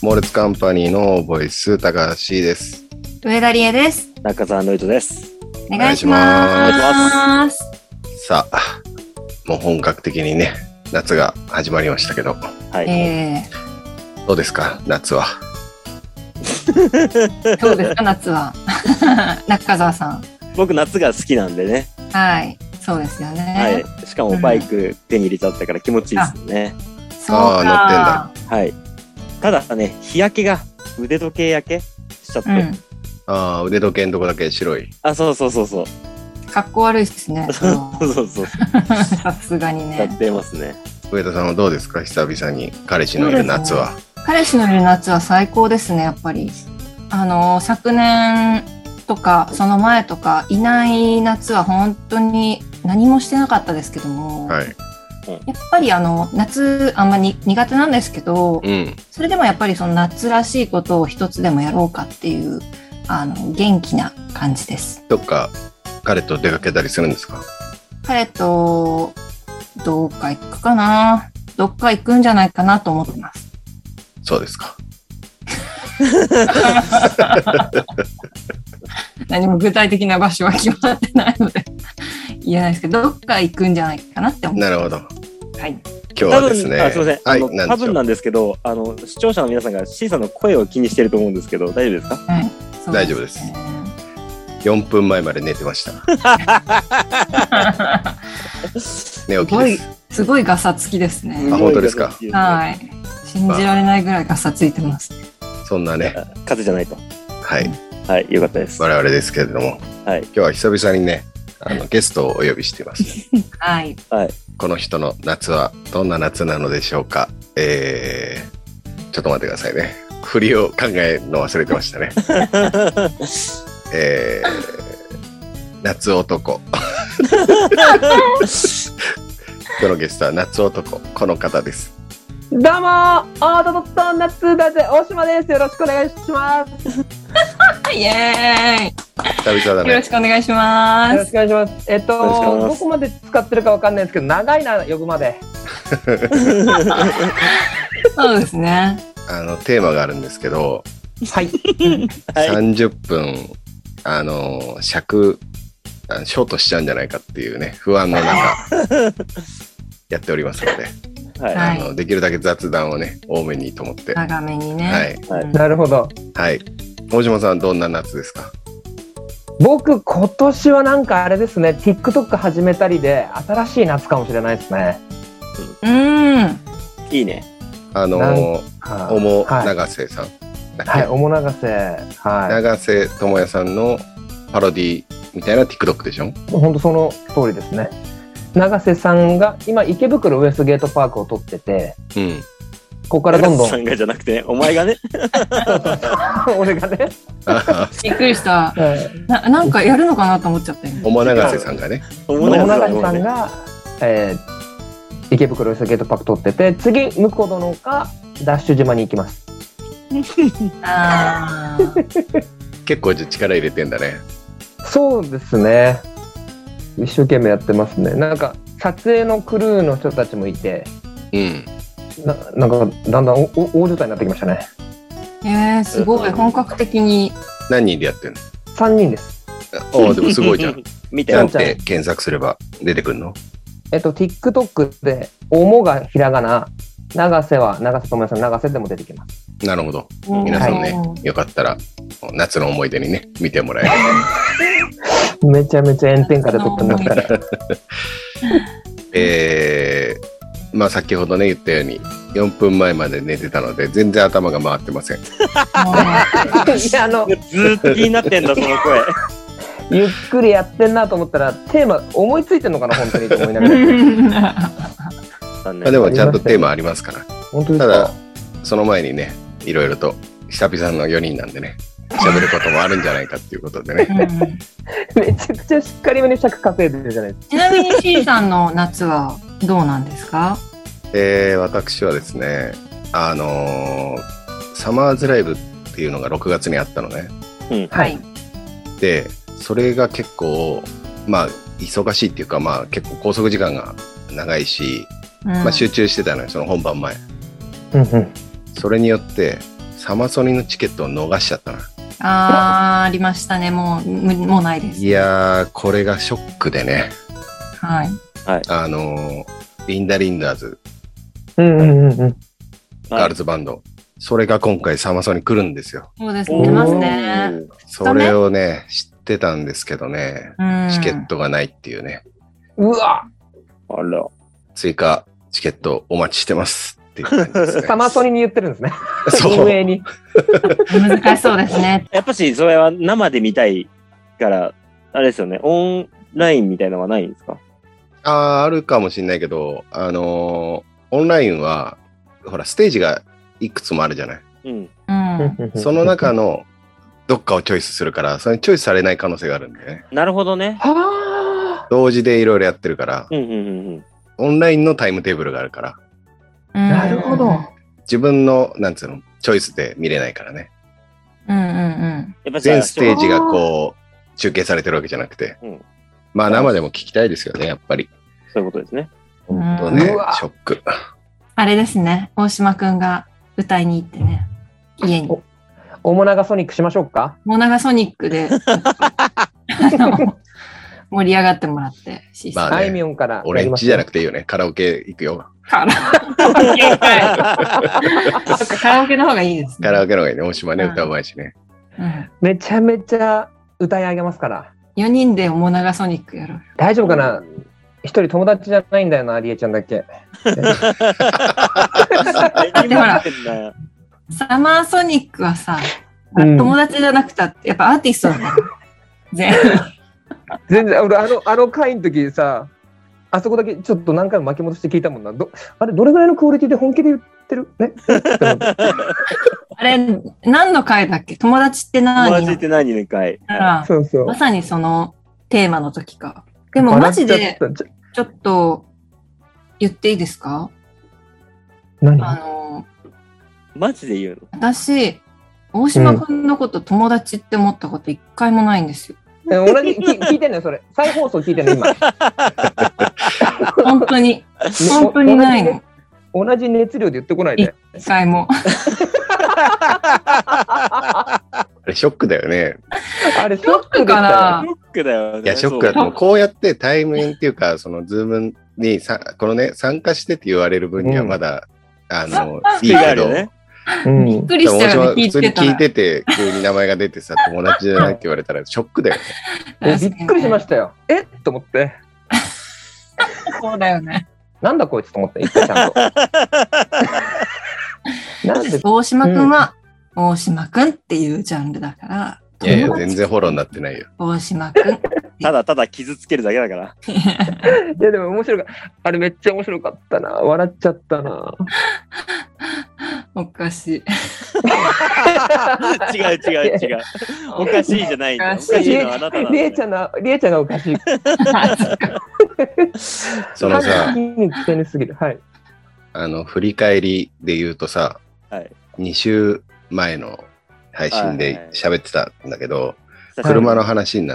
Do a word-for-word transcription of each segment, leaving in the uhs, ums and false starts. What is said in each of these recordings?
モールツカンパニーのボイス高橋です。 上田理恵です。 中澤ノイトです。 お願いします。 さあ、もう本格的にね夏が始まりましたけど、 はい、 えー、どうですか夏は。 どうですか夏は。中澤さん。 僕夏が好きなんでね。 はい、そうですよね。 はい、しかもバイク手に入れちゃったから気持ちいいですね。 うん、そうか。 あ、乗ってんだ。 はい。ただね、日焼けが腕時計焼けしちゃって。うん、 ああ、腕時計のとこだけ白い。 あ、そうそうそうそう。 かっこ悪いですね。 そうそうそう。 さすがにね。 やってますね。 上田さんはどうですか、久々に彼氏のいる夏は。 ね、彼氏のいる夏は最高ですね、やっぱり。あの昨年とかその前とかいない夏は本当に何もしてなかったですけども、 はい、 やっぱりあの夏あんまり苦手なんですけど、 うん、 それでもやっぱりその夏らしいことを一つでもやろうかっていうあの元気な感じです。 どっか彼と出かけたりするんですか？ 彼とどっか行くかな、どっか行くんじゃないかなと思ってます。 そうですか。 何も具体的な場所は決まってないので言えないですけど、どっか行くんじゃないかなって思って。 なるほど。 はい。 今日はですね。 あ、すみません。 はい、 あの多分なんですけど、あの視聴者の皆さんが C さんの声を気にしてると思うんですけど、大丈夫ですか？ はい。 大丈夫です。よんぷんまえまで寝てました。寝起きです。 すごいガサつきですね。 あ、本当ですか？ はい。信じられないぐらいガサついてます。 そんなね。 風邪じゃないと。 はい。 はい、よかったです。 我々ですけれども、 はい、 今日は久々にね、あのゲストをお呼びしています。 はい。 はい。 この人の夏はどんな夏なのでしょうか。えー、ちょっと待ってくださいね。振りを考えるの忘れてましたね。えー、夏男。今日のゲストは夏男、この方です。 どうもー、オートドット夏だぜ、大島です。よろしくお願いします。 イエーイ。 久々だね。 よろしくお願いします。 よろしくお願いします。えっとどこまで使ってるかわかんないですけど、長いな、呼ぶまで。 そうですね。 あのテーマがあるんですけど、 はい。 さんじゅっぷんあの尺ショートしちゃうんじゃないかっていうね不安の中やっておりますので。はい、あのできるだけ雑談をね多めにと思って。 長めにね。 はい。なるほど。 はい。大島さんどんな夏ですか？ 僕今年はなんかあれですね、TikTok 始めたりで新しい夏かもしれないですね。 うん。 いいね。 あのー、おも永瀬さん。 はい。おも永瀬。はい。 永瀬智也さんのパロディみたいな TikTok でしょ？ 本当その通りですね。永瀬さんが今池袋ウエストゲートパークを撮ってて、 うん、 ここからどんどん永瀬さんがじゃなくてお前がね俺がねびっくりした、はい、な, なんかやるのかなと思っちゃったよ。 おも永瀬さんがねおも永瀬さんが、えー、池袋ウエストゲートパーク撮ってて、次婿殿がダッシュ島に行きます。 あ結構力入れてんだね。 そうですね、一生懸命やってますね。なんか撮影のクルーの人たちもいて、 うん、 な, なんかだんだんおお大所帯になってきましたね。 えー、すごい本格的に。 何人でやってんの？ さんにんです。 おー、でもすごいじゃん。 見てなんて検索すれば出てくるの？ えっと TikTok でおもがひらがな、永瀬は永瀬智也さん、永瀬でも出てきます。 なるほど。皆さんね、はい、よかったら夏の思い出にね見てもらえれば。めちゃめちゃ炎天下で撮ってますから。 えー、まあ先ほどね言ったようによんぷんまえまで寝てたので全然頭が回ってません。いや、あのずっと気になってんだその声。 ゆっくりやってんなと思ったらテーマ思いついてんのかな本当にと思いながら。 まあでもちゃんとテーマありますから。 本当ですか？ ただその前にねいろいろと久々のよにんなんでね喋ることもあるんじゃないかっていうことでね。 うん、めちゃくちゃしっかりめに尺稼いでるじゃないですか。 ちなみに C さんの夏はどうなんですか？ えー、私はですね、あのー、サマーズライブっていうのがろくがつにあったのね。 うん、 はい。 でそれが結構まあ忙しいっていうか、まあ結構拘束時間が長いし、うん、まあ集中してたのよその本番前。 うんうん、 それによってサマソニのチケットを逃しちゃったな。 あー、ありましたね。もう、もうないです。 いやー、これがショックでね。 はい。 あのー、リンダ・リンダーズ、 うんうんうんうん。 ガールズバンド。それが今回サマソニ来るんですよ。 そうですね。出ますね。 それをね、知ってたんですけどね、チケットがないっていうね。 うわあら。 追加チケットお待ちしてますっていう感じですね。 サマソニに言ってるんですね。 そう。 運営に。 難しそうですね。 やっぱし、それは生で見たいから、あれですよね、オンラインみたいなのはないんですか？ ああ、あるかもしれないけど、あのー、オンラインは、ほら、ステージがいくつもあるじゃない。 うん。 うん。 その中のどっかをチョイスするから、それにチョイスされない可能性があるんでね。 なるほどね。 は同時でいろいろやってるから、 うんうんうんうん。 オンラインのタイムテーブルがあるから、 あ、なるほど。 自分の、なんつうの、チョイスで見れないからね。 うんうんうん。 やっぱ全ステージがこう、中継されてるわけじゃなくて。 うん、 まあ生でも聞きたいですよね、やっぱり。 そういうことですね。 本当ね、ショック。 あれですね、大島くんが歌いに行ってね、家に。 オモナガソニックしましょうか？ モナガソニックであの盛り上がってもらって。 まあね、 あいみょんから俺んちじゃなくていいよね、カラオケ行くよ。 カラオケカラオケの方がいいですね。 カラオケの方がいいね、大島ね、歌うまいしね。 うん、 めちゃめちゃ歌い上げますから。 よにんでモナガソニックやろう。 大丈夫かな？一人友達じゃないんだよな、りえちゃんだけ。 でほら、サマーソニックはさ、うん、友達じゃなくたって、やっぱアーティストだから。全全然、俺、あの、あの回の時さ、あそこだけちょっと何回も巻き戻して聞いたもんな。どあれ、どれぐらいのクオリティで本気で言ってるねあれ、何の回だっけ？友達って何？ 友達って何の回？ そうそう。 まさにそのテーマの時か。でもマジでちょっと言っていいですか？ 何？ あのマジで言うの？ 私大島くんのこと友達って思ったこと一回もないんですよ。 うん、同じ聞いてんのよそれ。再放送聞いてんの今。 本当に本当にないの。 同じ熱量で言ってこないで。 一回も。 あれショックだよね。 あれショックかな。 ショックだよね。 いやショックだとこうやって対面っていうかそのズームにさこのね参加してって言われる分にはまだ、うん、あのいいけど、ねうん、びっくりしちゃうね。 普通に聞いてて急に名前が出てさ友達じゃないって言われたらショックだよね。びっくりしましたよ。えっと思って。 そうだよね。 なんだこいつと思って一回ちゃんと。 なんで大島くんは、うん、大島くんっていうジャンルだから。 いやいや全然フォローになってないよ。 大島くん。 ただただ傷つけるだけだから。 いやでも面白かった。あれめっちゃ面白かったな。笑っちゃったな。 おかしい。 違う違う違う。おかしいじゃないんだよ。おかしいのはあなたなんだよ。 りえちゃんのりえちゃんがおかしい。 そのさ、 はい、 あの振り返りで言うとさ、はい、に週前の配信で喋ってたんだけど、はい、車の話になって、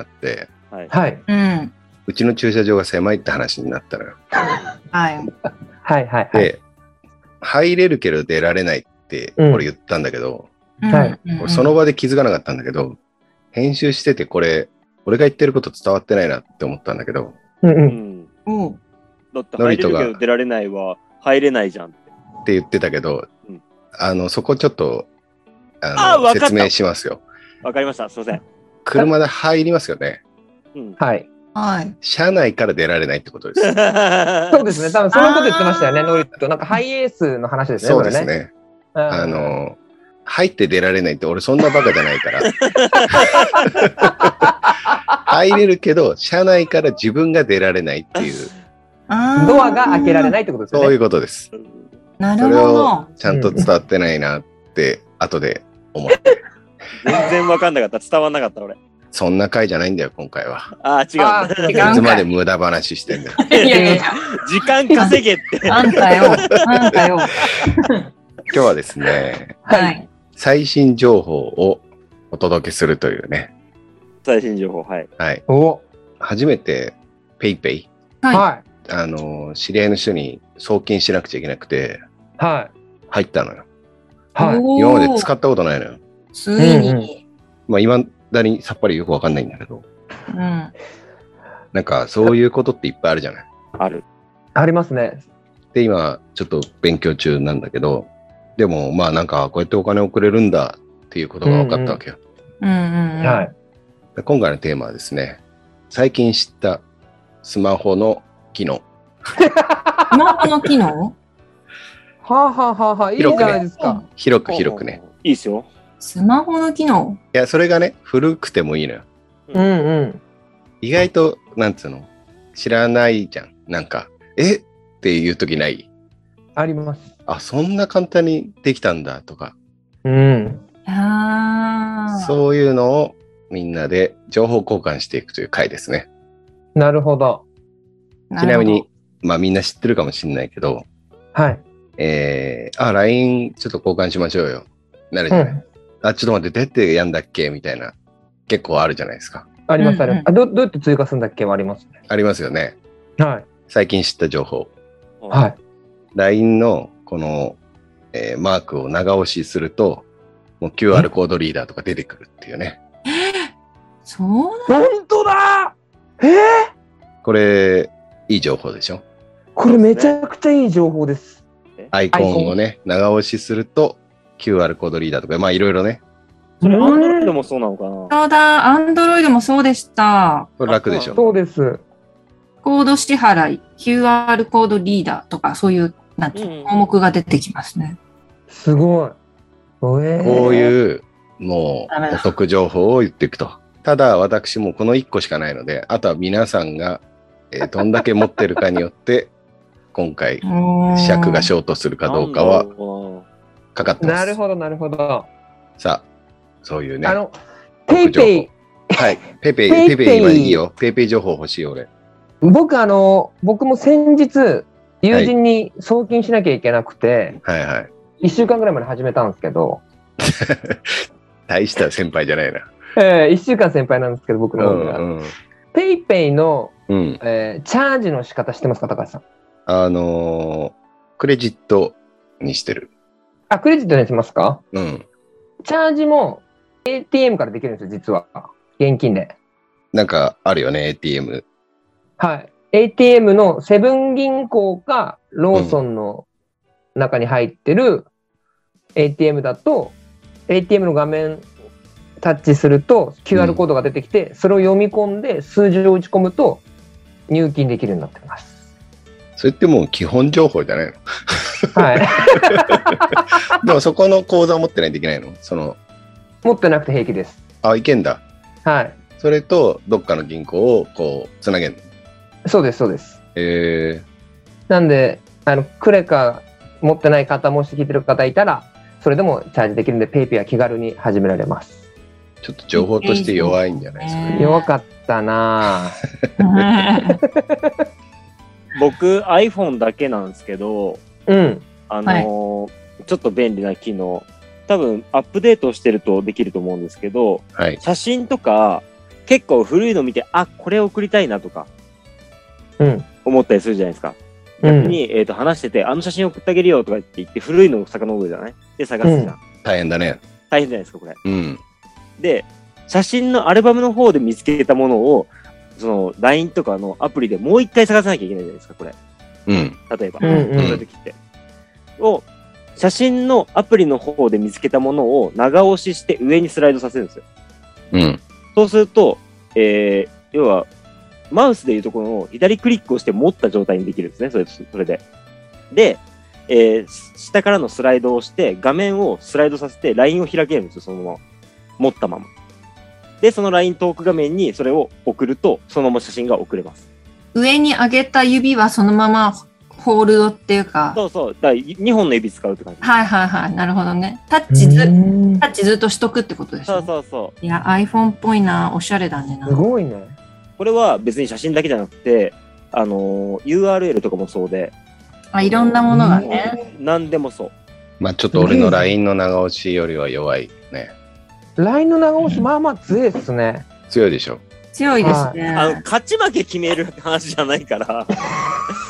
はいはい、 うちの駐車場が狭いって話になったのよ。 はい、 はいはいで入れるけど出られないって俺言ったんだけど、 うんはい、 俺その場で気づかなかったんだけど、編集しててこれ俺が言ってること伝わってないなって思ったんだけど、 うんうん、 だって入れるけど出られないは入れないじゃんって言ってたけど、うん、あのそこちょっとあのあ説明しますよ。 わかりました。すいません。 車で入りますよね。 うん、はい。 はい。 車内から出られないってことです。 そうですね。多分そういうこと言ってましたよね。ノリとなんかハイエースの話ですね。 そうですね。ねあの入って出られないって俺そんなバカじゃないから。入れるけど車内から自分が出られないっていう。 ドアが開けられないってことですね。 そういうことです。 なるほど。 それをちゃんと伝わってないなって後で思って。 全然分かんなかった。伝わんなかった俺。 そんな回じゃないんだよ今回は。 ああ違う。 いつまで無駄話してんだよ。 いやいやいや時間稼げって。 あんたよ。あんたよ。 今日はですね、 はい、 最新情報をお届けするというね。 最新情報はい。 はい。 お初めてペイペイ。 はい。 あの知り合いの人に送金しなくちゃいけなくて、 はい。 入ったのよ。 はい。 今まで使ったことないのよ。 ついに。うんうん、 まあ、今だにさっぱりよくわかんないんだけど。 うん。 なんか、そういうことっていっぱいあるじゃない。 ある。 ありますね。 で、今、ちょっと勉強中なんだけど、でも、まあ、なんか、こうやってお金送れるんだっていうことが分かったわけよ。 うんうん。はい。 今回のテーマはですね、最近知ったスマホの機能。 スマホの機能はあはあはあはあ、いいじゃないですか。 広く広くね。 いいですよ。 スマホの機能いや、それがね、古くてもいいのよ。 うんうん。 意外と、なんつうの、知らないじゃん。なんか、えっていう時ない？ あります。 あ、そんな簡単にできたんだとか。 うん。 あそういうのをみんなで情報交換していくという回ですね。 なるほど。 ちなみに、まあみんな知ってるかもしれないけど、 はい。 えー、あ、ライン ちょっと交換しましょうよ。なるじゃない。うん、あ、ちょっと待って、どうやってやんだっけみたいな。結構あるじゃないですか。 ありますあります。あ、ど、どうやって追加するんだっけはありますね。 ありますよね。 はい。 最近知った情報。 はい。 ライン のこの、えー、マークを長押しすると、もう キューアール コードリーダーとか出てくるっていうね。 そうなの？本当だ！えー、 これ、いい情報でしょ？ これめちゃくちゃいい情報です。 アイコンをね、長押しすると キューアール コードリーダーとか、まあいろいろね。 それアンドロイドもそうなのかな？ そうだ、アンドロイドもそうでした。 これ楽でしょ？ そうです。 コード支払い、キューアール コードリーダーとか、そういう、なんていう項目が出てきますね。 すごい。 こういう、もう、お得情報を言っていくと。ただ、私もこのいっこしかないので、あとは皆さんが、えー、どんだけ持ってるかによって、今回、尺がショートするかどうかは、かかってます。 なるほど、なるほど。 さあ、そういうね。 あの、ペイペイ。 はい。ペイペイ、ペイペイ今いいよ。ペイペイ情報欲しいよ、俺。 僕、あの、僕も先日、友人に送金しなきゃいけなくて、 はい、はいはいいっしゅうかんぐらいまで始めたんですけど。 大した先輩じゃないな。 ええー、いっしゅうかん先輩なんですけど、僕の方が。 うんうん、 ペイペイの、 うんえー、チャージの仕方知ってますか、高橋さん。 あのー、クレジットにしてる。 あ、クレジットにしますか？ うん。 チャージも エーティーエム からできるんですよ、実は。現金で。 なんかあるよね、エーティーエム。 はい。エーティーエム のセブン銀行かローソンの中に入ってる エーティーエム だと、うん、エーティーエム の画面タッチすると キューアール コードが出てきて、うん、それを読み込んで数字を打ち込むと入金できるようになってます。 それってもう基本情報じゃないの？ はい。 でもそこの口座を持ってないといけないの？その持ってなくて平気です。 あ、いけんだ。 はい。 それとどっかの銀行をこうつなげるの？ そうですそうです。 えー、 なんであのクレカ持ってない方もし聞いてる方いたらそれでもチャージできるんでペイペイは気軽に始められます。 ちょっと情報として弱いんじゃないですかね。 弱かったな僕 iPhone だけなんですけど、 うん、 あのーはい、ちょっと便利な機能多分アップデートしてるとできると思うんですけど、 はい、 写真とか結構古いの見てあこれ送りたいなとか、 うん、 思ったりするじゃないですか。逆に、うん、えーと話しててあの写真送ってあげるよとかって言って古いのを遡るじゃないで探すじゃん、うん、 大変だね。 大変じゃないですかこれ、 うん、 で写真のアルバムの方で見つけたものをその ライン とかのアプリでもう一回探さなきゃいけないじゃないですかこれ、 うん、 例えば、 うんうん、 そういう時ってを写真のアプリの方で見つけたものを長押しして上にスライドさせるんですよ、 うん、 そうすると、えー、要はマウスでいうところの左クリックをして持った状態にできるんですね。それ、それで。で、えー、下からのスライドをして画面をスライドさせて ライン を開けるんですよ。そのまま。持ったまま。で、その ライン トーク画面にそれを送ると、そのまま写真が送れます。 上に上げた指はそのままホールドっていうか。 そうそう。だからにほんの指使うって感じ。 はいはいはい。なるほどね。タッチず、タッチずっとしとくってことでしょ。 そうそうそう。 いや、iPhone っぽいな。おしゃれだねな。 すごいね。 これは別に写真だけじゃなくて、あのー、ユーアールエル とかもそうで。 あ、いろんなものがね。 何でもそう。 まあちょっと俺の ライン の長押しよりは弱いね。 ライン の長押し、まあまあ強いっすね。 強いでしょ。 強いですね。 あの、勝ち負け決める話じゃないから。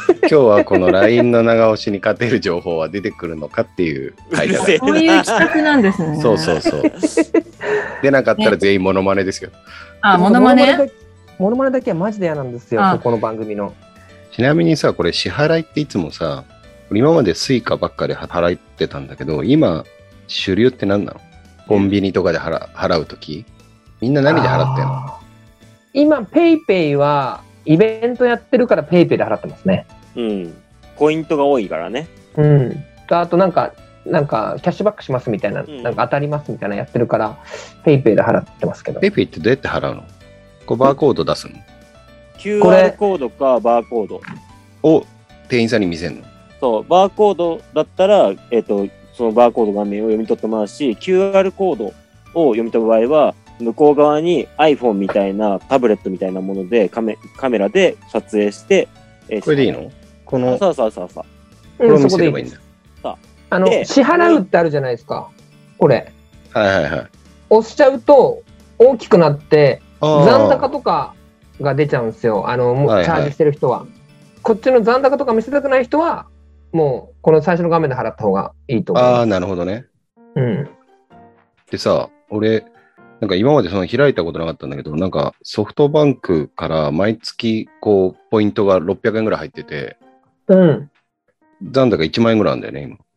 今日はこの ライン の長押しに勝てる情報は出てくるのかっていう回答だ。 そういう企画なんですね。 そうそうそう。出なかったら全員モノマネですよ。 あ、モノマネ？ モノマネだけはマジで嫌なんですよ、この番組の。 ちなみにさ、これ支払いっていつもさ、今までスイカばっかで払ってたんだけど、今、主流って何なの？コンビニとかで払、払うときみんな何で払ってんの？ 今、ペイペイは、イベントやってるからペイペイで払ってますね。 うん。ポイントが多いからね。 うん。あとなんか、なんか、キャッシュバックしますみたいな、うん、なんか当たりますみたいなやってるから、ペイペイで払ってますけど。 ペイペイってどうやって払うの？こうバーコード出すの？ キューアール コードかバーコード。 を店員さんに見せるの？ そう、バーコードだったら、えっと、そのバーコード画面を読み取ってもらうし、キューアール コードを読み取る場合は、向こう側に iPhone みたいなタブレットみたいなものでカメ、カメラで撮影して、えー、 これでいいの？この、 そうそうそうそう。 これを見せればいいんだ。 あの、支払うってあるじゃないですか。これ。 はいはいはい。 押しちゃうと大きくなって、残高とかが出ちゃうんですよ。あの、もうチャージしてる人は。はいはい、こっちの残高とか見せたくない人は、もうこの最初の画面で払った方がいいと思う。 ああ、なるほどね。 うん。 でさ、俺、なんか今までその開いたことなかったんだけど、なんかソフトバンクから毎月こうポイントがろっぴゃくえんぐらい入ってて、 うん。 残高いちまんえんぐらいあるんだよね、今。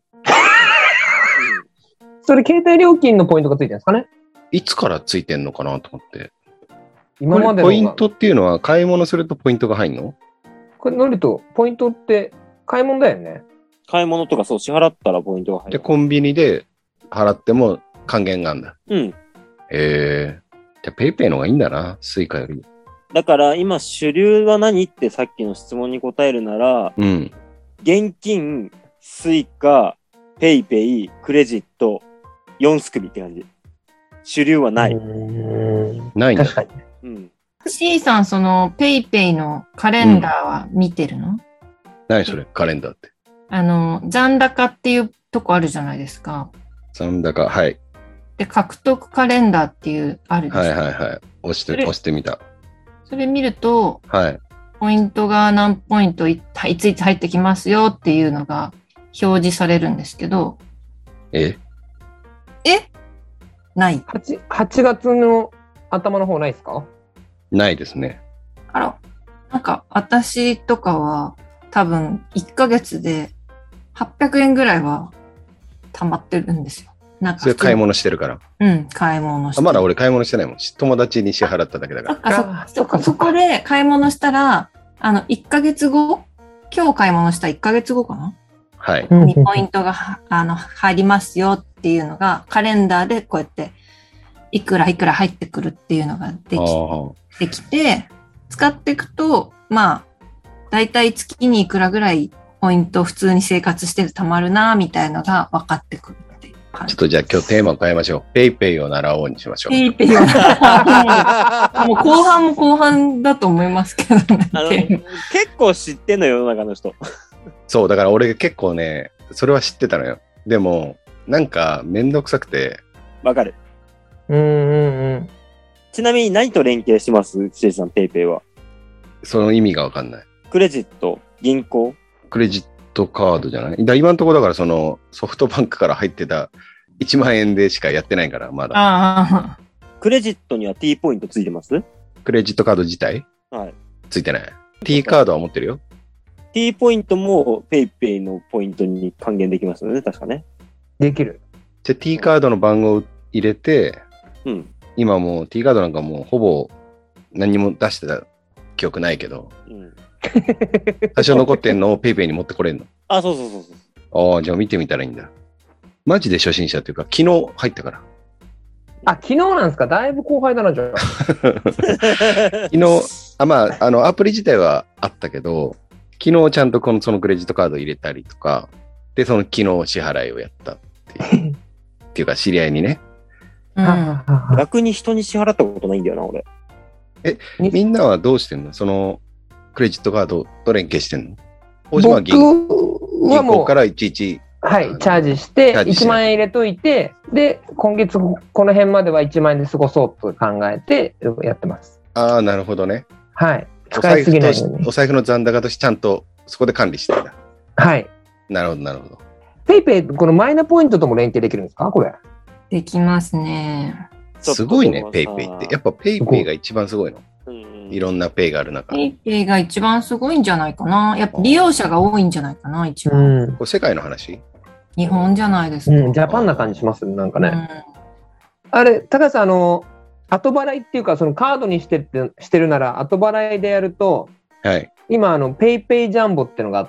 それ携帯料金のポイントがついてるんですかね？ いつからついてんのかなと思って。 今までのポイントっていうのは買い物するとポイントが入るの？ これ乗るとポイントって買い物だよね。 買い物とかそう支払ったらポイントが入る。 で、コンビニで払っても還元があるんだ。 うん。 えー、じゃあペイペイの方がいいんだな、スイカより。 だから今主流は何ってさっきの質問に答えるなら、 うん。 現金、スイカ、ペイペイ、クレジット、よんすくみって感じ。主流はない。 ないんだ。 確かに。 うん。 C さん、そのペイペイのカレンダーは見てるの？うん、 何それ、カレンダーって。 あの、残高っていうとこあるじゃないですか。 残高、はい。 で、獲得カレンダーっていうあるでしょ。 はいはいはい。押して、押してみた。 それ見ると、 はい。 ポイントが何ポイントいついつ入ってきますよっていうのが表示されるんですけど。 ええない。 はち、はちがつの頭の方ないですか？ ないですね。 あら、なんか私とかは多分いっかげつではっぴゃくえんぐらいは溜まってるんですよ。なんかそれ買い物してるから。 うん、買い物してる。 あ、まだ俺買い物してないもん。友達に支払っただけだから。 あ、そっか、そこで買い物したら、あの、いっかげつご、今日買い物したいっかげつごかな？ はい。 にポイントがあの入りますよっていうのが、カレンダーでこうやって、いくらいくら入ってくるっていうのができ、できて、使っていくと、まあ、だいたい月にいくらぐらいポイント普通に生活してたまるな、みたいなのが分かってくるっていう感じ。 ちょっとじゃあ今日テーマを変えましょう。ペイペイを習おうにしましょう。 ペイペイを習おう。もう後半も後半だと思いますけどね。 あの結構知ってんのよ、世の中の人。 そう、だから俺結構ね、それは知ってたのよ。でも、なんかめんどくさくて。 わかる。 うんうんうん。 ちなみに何と連携してます？シエさん、ペイペイは。 その意味がわかんない。 クレジット、銀行？ クレジットカードじゃない？だ今のところだからそのソフトバンクから入ってたいちまんえんでしかやってないから、まだ。 あクレジットには T ポイントついてます？ クレジットカード自体？ はい。 ついてない。T カードは持ってるよ。 T ポイントも PayPay のポイントに還元できますよね、確かね。 できる。 じゃあ T カードの番号を入れて、 うん、 今もう T カードなんかもうほぼ何も出してた記憶ないけど、うん、最初残ってんのを PayPay に持ってこれんの？ あ、そうそうそうそう。 ああ、じゃあ見てみたらいいんだ。マジで初心者っていうか、昨日入ったから。 あ、昨日なんですか？だいぶ後輩だな、じゃあ。 昨日、あ、まあ、あの、アプリ自体はあったけど、昨日ちゃんとこのそのクレジットカード入れたりとか、で、その昨日支払いをやったっていう。っていうか、知り合いにね。 うん、 逆に人に支払ったことないんだよな、俺。 え、みんなはどうしてんの？その、クレジットカードと連携してんの？大島は銀行からいちいち。 はい、チャージして、いちまんえん入れといて、で、今月この辺まではいちまんえんで過ごそうと考えてやってます。 ああ、なるほどね。 はい。使いすぎないように。 お財布の残高としてちゃんとそこで管理してるんだ。 はい。 なるほど、なるほど。 ペイペイ、このマイナポイントとも連携できるんですかこれ。 できますね。 すごいね、ペイペイって。やっぱペイペイが一番すごいの。いろんなペイがある中。 ペイペイが一番すごいんじゃないかな。やっぱ利用者が多いんじゃないかな、一番。 うん、 これ世界の話？ 日本じゃないですか。 うん、ジャパンな感じしますね、なんかね。うん、あれ、高橋さん、あの、後払いっていうか、そのカードにしてってしてるなら、後払いでやると、 はい、 今、あの、ペイペイジャンボってのがあって、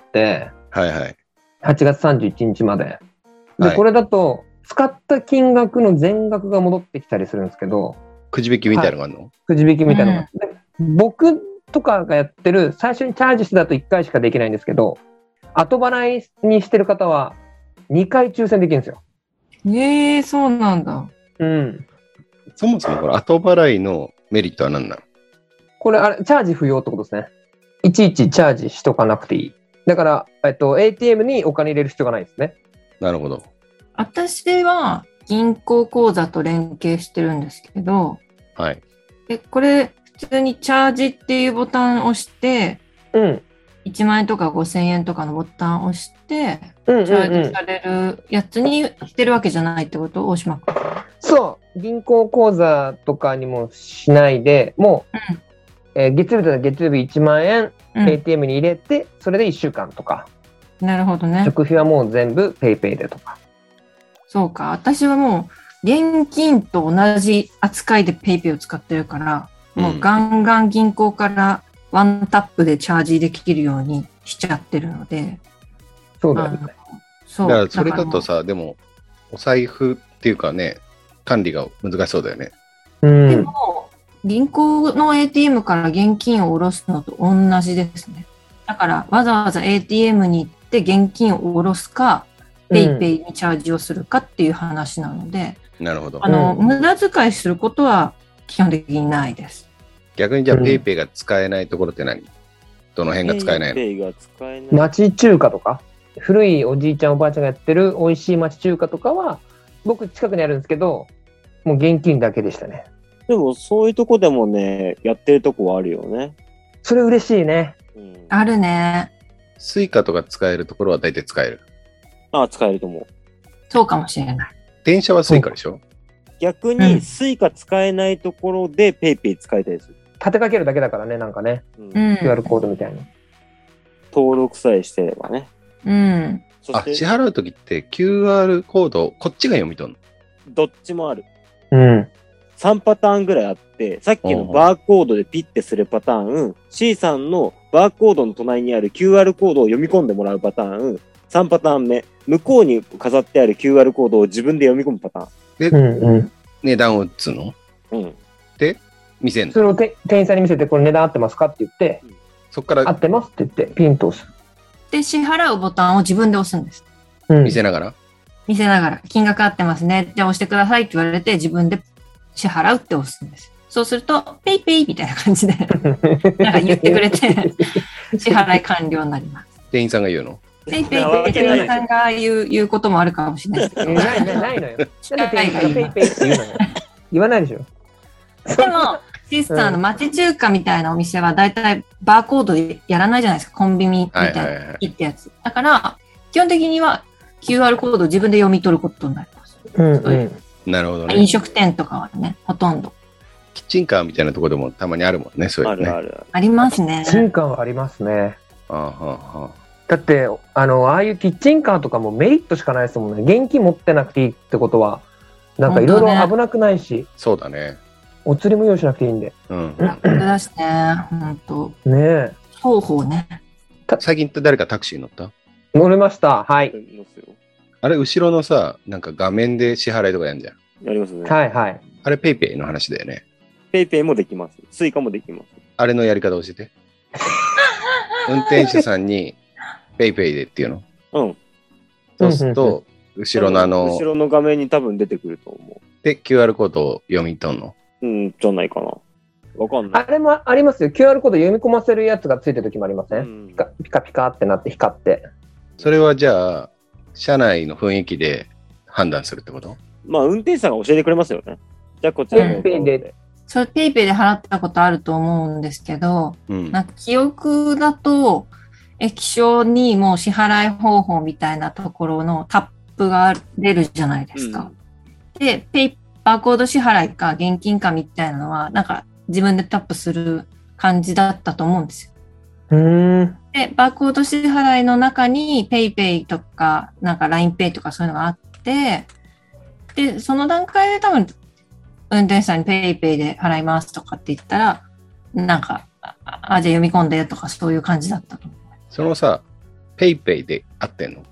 はいはい、 はちがつさんじゅういちにちまで。で、 はい、 これだと、使った金額の全額が戻ってきたりするんですけど、 くじ引きみたいなのがあるの？はい、 くじ引きみたいなのがあって、うん、僕とかがやってる、最初にチャージしてだといっかいしかできないんですけど、後払いにしてる方はにかい抽選できるんですよ。 えー、そうなんだ。 うん。 そもそもこれ後払いのメリットは何なの？ これあれ、チャージ不要ってことですね。いちいちチャージしとかなくていい。だから、えっと、エーティーエム にお金入れる必要がないですね。 なるほど。 私は銀行口座と連携してるんですけど、 はい。 でこれ普通にチャージっていうボタンを押して、 うん、 いちまんえんとかごせんえんとかのボタンを押して、 うんうんうん、 チャージされるやつにしてるわけじゃないってことを大島君。 そう、銀行口座とかにもしないで、もう、うんえー、月曜日だったら月曜日いちまんえん、うん、エーティーエム に入れて、それでいっしゅうかんとか。 なるほどね。 食費はもう全部 PayPay でとか。 そうか。私はもう現金と同じ扱いで PayPay を使ってるから、うん、もうガンガン銀行からワンタップでチャージできるようにしちゃってるので。 そうだよね。 そう。 だからそれだとさ、でもお財布っていうかね、管理が難しそうだよね。 うん、でも銀行の エーティーエム から現金を下ろすのと同じですね。だからわざわざ エーティーエム に行って現金を下ろすか、PayPay にチャージをするかっていう話なので、 うん、なるほど。 あの、無駄遣いすることは基本的にないです。 逆にじゃあ PayPay が使えないところって何？どの辺が使えないの？ PayPay が使えない。 町中華とか、古いおじいちゃんおばあちゃんがやってる美味しい町中華とかは、僕近くにあるんですけど、もう現金だけでしたね。 でもそういうとこでもね、やってるとこはあるよね。 それ嬉しいね。 うん、あるね。 スイカとか使えるところは大体使える。 ああ、使えると思う。 そうかもしれない。 電車はスイカでしょ？ 逆にスイカ使えないところで PayPay 使えたりする。 立てかけるだけだからね、なんかね。うん、キューアール コードみたいな。 登録さえしてればね。 うん。 あ、支払うときって キューアール コード、こっちが読み取るの？ どっちもある。 うん。 さんパターンぐらいあって、さっきのバーコードでピッてするパターン、C さんのバーコードの隣にある キューアール コードを読み込んでもらうパターン、さんパターン目、向こうに飾ってある キューアール コードを自分で読み込むパターン。 で、 うんうん、 値段を打つの？ うん。 で、見せんの？ それをて店員さんに見せて、これ値段合ってますかって言って、うん、 そっから合ってますって言って、ピンと押す。 で、支払うボタンを自分で押すんです。 うん、見せながら見せながら、金額合ってますね。じゃあ押してくださいって言われて、自分で支払うって押すんです。そうすると、ペイペイみたいな感じで、なんか言ってくれて、支払い完了になります。 店員さんが言うの？ ペイペイって店員さんが言う、言うこともあるかもしれないですけど。 ないないないのよ。なんで店員さんがペイペイって言うのよ。言わないでしょ。 でも、シスターの町中華みたいなお店はだいたいバーコードでやらないじゃないですか。コンビニみたいな、はいはいはい、ってやつ。だから、基本的には キューアール コードを自分で読み取ることになります。 うんうん、 なるほどね。 飲食店とかはね、ほとんど。 キッチンカーみたいなところでもたまにあるもんね、そういうのね。 あるある。 ありますね。 キッチンカーはありますね。 ああはあ、 だって、あの、ああいうキッチンカーとかもメリットしかないですもんね。現金持ってなくていいってことは、なんかいろいろ危なくないし、ね。 そうだね。 お釣りも用意しなくていいんで。 うん。 楽だしね、ほんと。 ねえ。 双方ね。 最近って誰かタクシー乗った？ 乗れました。はい。 あれ、後ろのさ、なんか画面で支払いとかやんじゃん。 やりますね。 はいはい。 あれ、ペイペイの話だよね。 ペイペイもできます。スイカもできます。 あれのやり方教えて。運転手さんに、ペイペイでっていうの？ うん。 そうすると、後ろのあの、 後ろの画面に多分出てくると思う。 で、キューアール コードを読み取んの？ うん、じゃないかな。わかんない。 あれもありますよ。キューアール コード読み込ませるやつがついてる時もありません？うん、ピカピカピカってなって光って。 それはじゃあ、車内の雰囲気で判断するってこと？ まあ、運転手さんが教えてくれますよね。じゃあ、こっちらペイペイで。 それペイペイで払ったことあると思うんですけど、うん、なんか記憶だと、 液晶にもう支払い方法みたいなところのタップが出るじゃないですか。うん、で、ペイバーコード支払いか現金かみたいなのは、なんか自分でタップする感じだったと思うんですよ。 うーん。 で、バーコード支払いの中に PayPay とか、なんか ラインペイ とかそういうのがあって、で、その段階で多分、運転手さんに PayPay で払いますとかって言ったら、なんか、あ、じゃあ読み込んでとかそういう感じだったと思う。 そのさ、PayPay で合ってんの？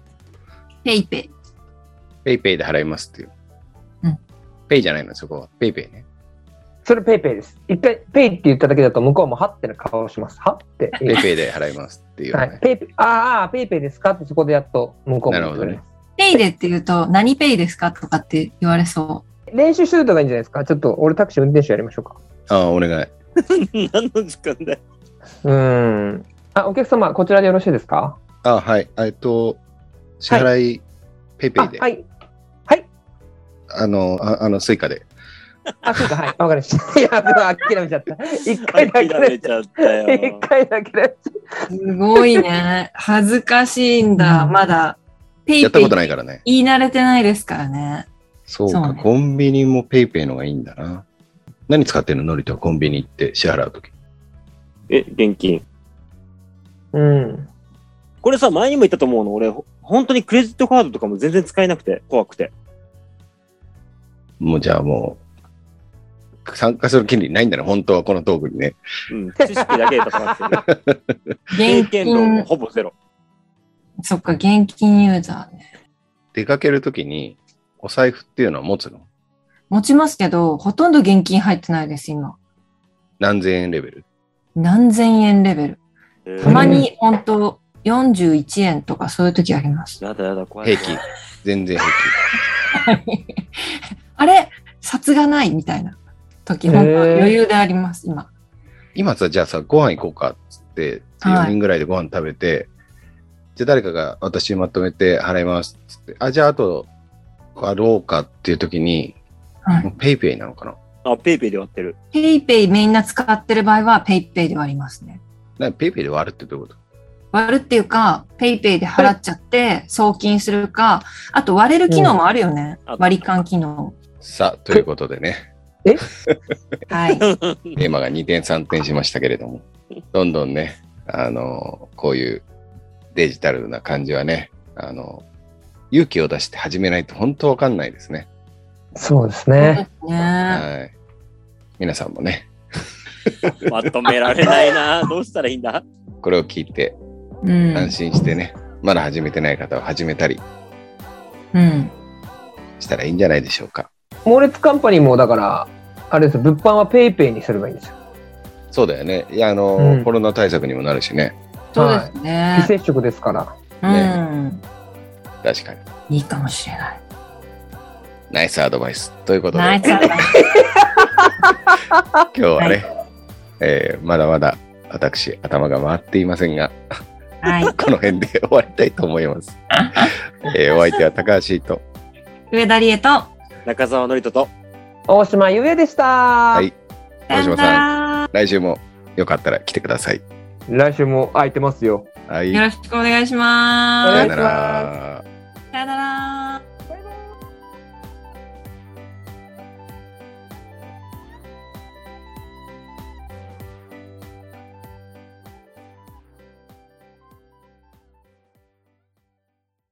PayPay。 PayPay で払いますっていう。 うん。 Pay じゃないの、そこは。PayPay ね。 それ PayPay です。一回 Pay って言っただけだと向こうもはってな顔をします。はって。 PayPay で払いますっていう、ね。 はい。PayPay、ああ、PayPay ですかってそこでやっと向こうも言われます。 ペイでって言うと、何ペイですかとかって言われそう。 練習しといた方がいいんじゃないですか。ちょっと俺タクシー運転手やりましょうか。 ああ、お願い。 何の時間だよ。 うーん。あ、お客様、こちらでよろしいですか？ あ、はい。えっと、支払い、ペイペイで。 はい。はい。 あの、あ、あの、スイカで。 あ、スイカ、はい。わかりました。いや、諦めちゃった。一回だけ諦めちゃったよ。 一回だけで。 すごいね。恥ずかしいんだ。まだ。ペイペイ。 やったことないからね。 言い慣れてないですからね。 そうか、そうね、コンビニもペイペイのがいいんだな。何使ってるの？ノリとコンビニ行って支払うとき。 え、現金。 うん。 これさ、前にも言ったと思うの。俺、本当にクレジットカードとかも全然使えなくて、怖くて。 もうじゃあもう、参加する権利ないんだね、本当はこのトークにね。 うん、知識だけだと思ってる。経験度もほぼゼロ。 そっか、現金ユーザーね。 出かけるときに、お財布っていうのは持つの？ 持ちますけど、ほとんど現金入ってないです、今。 何千円レベル？ 何千円レベル。たまに本当よんじゅういちえんとかそういう時あります。 やだやだ、怖い。 平気。全然平気。 あれ札がないみたいな時、本当余裕であります、今。 今さ、じゃあさ、ご飯行こうかっつって、よにんぐらいでご飯食べて、はい、じゃあ誰かが私まとめて払いますっつって、あ、じゃああと、あろうかっていう時に、はい、ペイペイなのかな？ あ、ペイペイで割ってる。 ペイペイみんな使ってる場合はペイペイで割りますね。 なペイペイで割るってどういうこと？ 割るっていうか、ペイペイで払っちゃって送金するか、あと割れる機能もあるよね。うん、割り勘機能。 さあ、ということでね。 えはい。 テーマがにてんさんてんしましたけれども、どんどんね、あの、こういうデジタルな感じはね、あの、勇気を出して始めないと本当わかんないですね。 そうですね。 はい。皆さんもね。 まとめられないな。どうしたらいいんだ？ これを聞いて、安心してね、うん、まだ始めてない方は始めたり、うん、したらいいんじゃないでしょうか。 モーレツカンパニーもだから、あれですよ、物販はペイペイにすればいいんですよ。 そうだよね。いや、あの、うん、コロナ対策にもなるしね。 そうですね。 はい、非接触ですから。 ね、うん。 確かに。いいかもしれない。 ナイスアドバイス。ということで。 ナイスアドバイス。 今日はね、はい、えー、まだまだ私、頭が回っていませんが、はい、この辺で終わりたいと思います。えー、お相手は高橋と、 上田理恵と、 中澤典人と、 大島優也でした。 はい。大島さん、来週もよかったら来てください。 来週も空いてますよ。 はい。 よろしくお願いします。 さよなら。